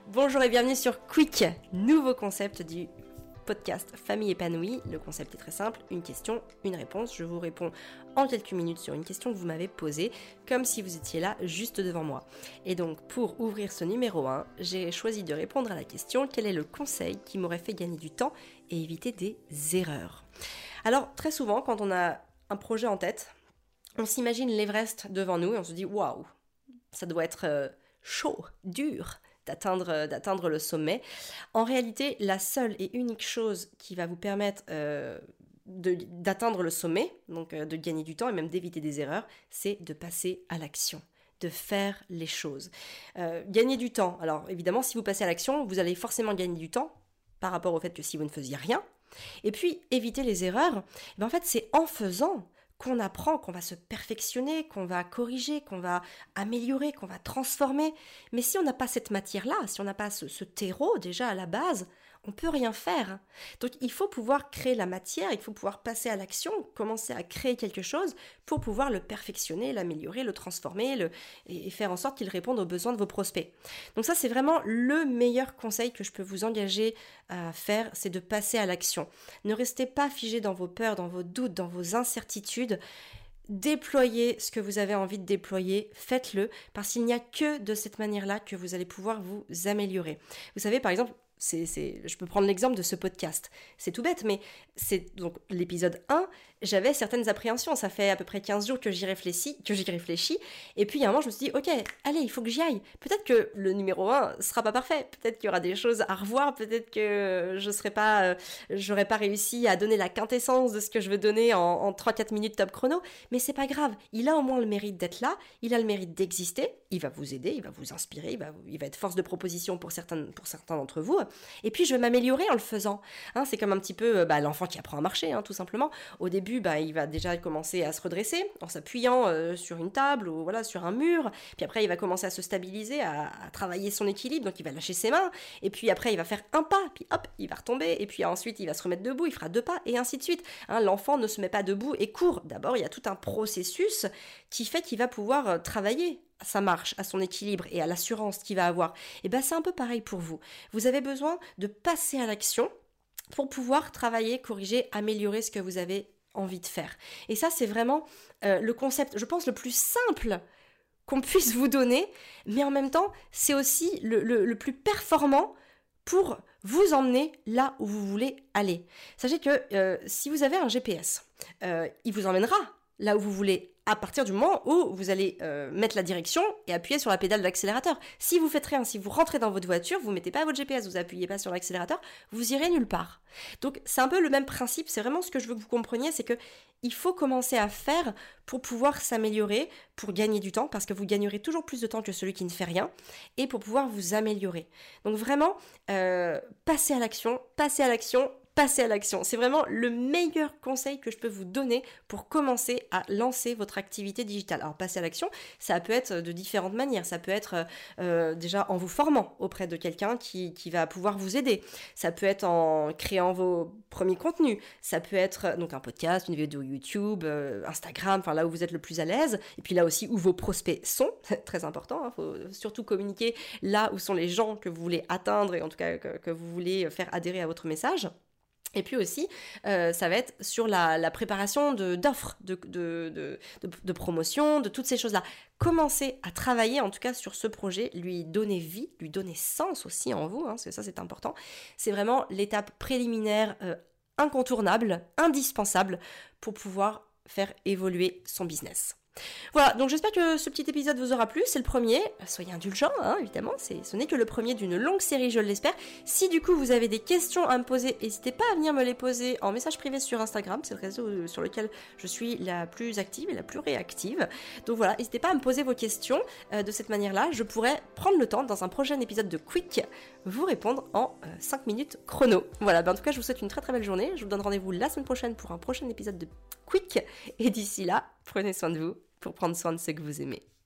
Bonjour et bienvenue sur Quick, nouveau concept du podcast Famille épanouie. Le concept est très simple, une question, une réponse. Je vous réponds en quelques minutes sur une question que vous m'avez posée, comme si vous étiez là juste devant moi. Et donc pour ouvrir ce numéro 1, j'ai choisi de répondre à la question: quel est le conseil qui m'aurait fait gagner du temps et éviter des erreurs? Alors très souvent quand on a un projet en tête, on s'imagine l'Everest devant nous et on se dit waouh, ça doit être chaud, dur d'atteindre le sommet. En réalité, la seule et unique chose qui va vous permettre d'atteindre le sommet, donc de gagner du temps et même d'éviter des erreurs, c'est de passer à l'action, de faire les choses. Gagner du temps, alors évidemment, si vous passez à l'action, vous allez forcément gagner du temps par rapport au fait que si vous ne faisiez rien. Et puis, éviter les erreurs, en fait, c'est en faisant qu'on apprend, qu'on va se perfectionner, qu'on va corriger, qu'on va améliorer, qu'on va transformer. Mais si on n'a pas cette matière-là, si on n'a pas ce terreau déjà à la base, on peut rien faire. Donc il faut pouvoir créer la matière, il faut pouvoir passer à l'action, commencer à créer quelque chose pour pouvoir le perfectionner, l'améliorer, le transformer et faire en sorte qu'il réponde aux besoins de vos prospects. Donc ça, c'est vraiment le meilleur conseil que je peux vous engager à faire, c'est de passer à l'action. Ne restez pas figé dans vos peurs, dans vos doutes, dans vos incertitudes. Déployez ce que vous avez envie de déployer, faites-le, parce qu'il n'y a que de cette manière-là que vous allez pouvoir vous améliorer. Vous savez, par exemple, je peux prendre l'exemple de ce podcast. C'est tout bête, mais c'est donc l'épisode 1, j'avais certaines appréhensions. Ça fait à peu près 15 jours que j'y réfléchis. Et puis, à un moment, je me suis dit, ok, allez, il faut que j'y aille. Peut-être que le numéro 1 sera pas parfait. Peut-être qu'il y aura des choses à revoir. Peut-être que j'aurais pas réussi à donner la quintessence de ce que je veux donner en 3-4 minutes top chrono. Mais c'est pas grave. Il a au moins le mérite d'être là. Il a le mérite d'exister. Il va vous aider. Il va vous inspirer. Il va être force de proposition pour certains d'entre vous. Et puis je vais m'améliorer en le faisant. C'est comme un petit peu l'enfant qui apprend à marcher, tout simplement. Au début, il va déjà commencer à se redresser en s'appuyant sur une table ou sur un mur. Puis après, il va commencer à se stabiliser, à travailler son équilibre. Donc il va lâcher ses mains. Et puis après, il va faire un pas. Puis hop, il va retomber. Et puis ensuite, il va se remettre debout. Il fera 2 pas et ainsi de suite. L'enfant ne se met pas debout et court. D'abord, il y a tout un processus qui fait qu'il va pouvoir travailler à sa marche, à son équilibre et à l'assurance qu'il va avoir. Et c'est un peu pareil pour vous. Vous avez besoin de passer à l'action pour pouvoir travailler, corriger, améliorer ce que vous avez envie de faire. Et ça, c'est vraiment le concept, je pense, le plus simple qu'on puisse vous donner, mais en même temps, c'est aussi le plus performant pour vous emmener là où vous voulez aller. Sachez que si vous avez un GPS, il vous emmènera là où vous voulez à partir du moment où vous allez mettre la direction et appuyer sur la pédale d'accélérateur. Si vous faites rien, si vous rentrez dans votre voiture, vous mettez pas votre GPS, vous appuyez pas sur l'accélérateur, vous irez nulle part. Donc c'est un peu le même principe, c'est vraiment ce que je veux que vous compreniez, c'est que il faut commencer à faire pour pouvoir s'améliorer, pour gagner du temps, parce que vous gagnerez toujours plus de temps que celui qui ne fait rien, et pour pouvoir vous améliorer. Donc vraiment, passez à l'action, passez à l'action. C'est vraiment le meilleur conseil que je peux vous donner pour commencer à lancer votre activité digitale. Alors, passer à l'action, ça peut être de différentes manières. Ça peut être déjà en vous formant auprès de quelqu'un qui va pouvoir vous aider. Ça peut être en créant vos premiers contenus. Ça peut être donc un podcast, une vidéo YouTube, Instagram, là où vous êtes le plus à l'aise. Et puis là aussi où vos prospects sont, très important. Il faut surtout communiquer là où sont les gens que vous voulez atteindre et en tout cas que vous voulez faire adhérer à votre message. Et puis aussi, ça va être sur la préparation d'offres, de promotion, de toutes ces choses-là. Commencez à travailler en tout cas sur ce projet, lui donner vie, lui donner sens aussi en vous, parce que ça c'est important. C'est vraiment l'étape préliminaire incontournable, indispensable pour pouvoir faire évoluer son business. Voilà, donc j'espère que ce petit épisode vous aura plu, c'est le premier, soyez indulgents, évidemment, ce n'est que le premier d'une longue série, je l'espère. Si du coup vous avez des questions à me poser, n'hésitez pas à venir me les poser en message privé sur Instagram, c'est le réseau sur lequel je suis la plus active et la plus réactive. Donc voilà, n'hésitez pas à me poser vos questions de cette manière-là, je pourrais prendre le temps dans un prochain épisode de Quick, vous répondre en 5 minutes chrono. Voilà, en tout cas je vous souhaite une très très belle journée, je vous donne rendez-vous la semaine prochaine pour un prochain épisode de Quick, et d'ici là, prenez soin de vous, pour prendre soin de ceux que vous aimez.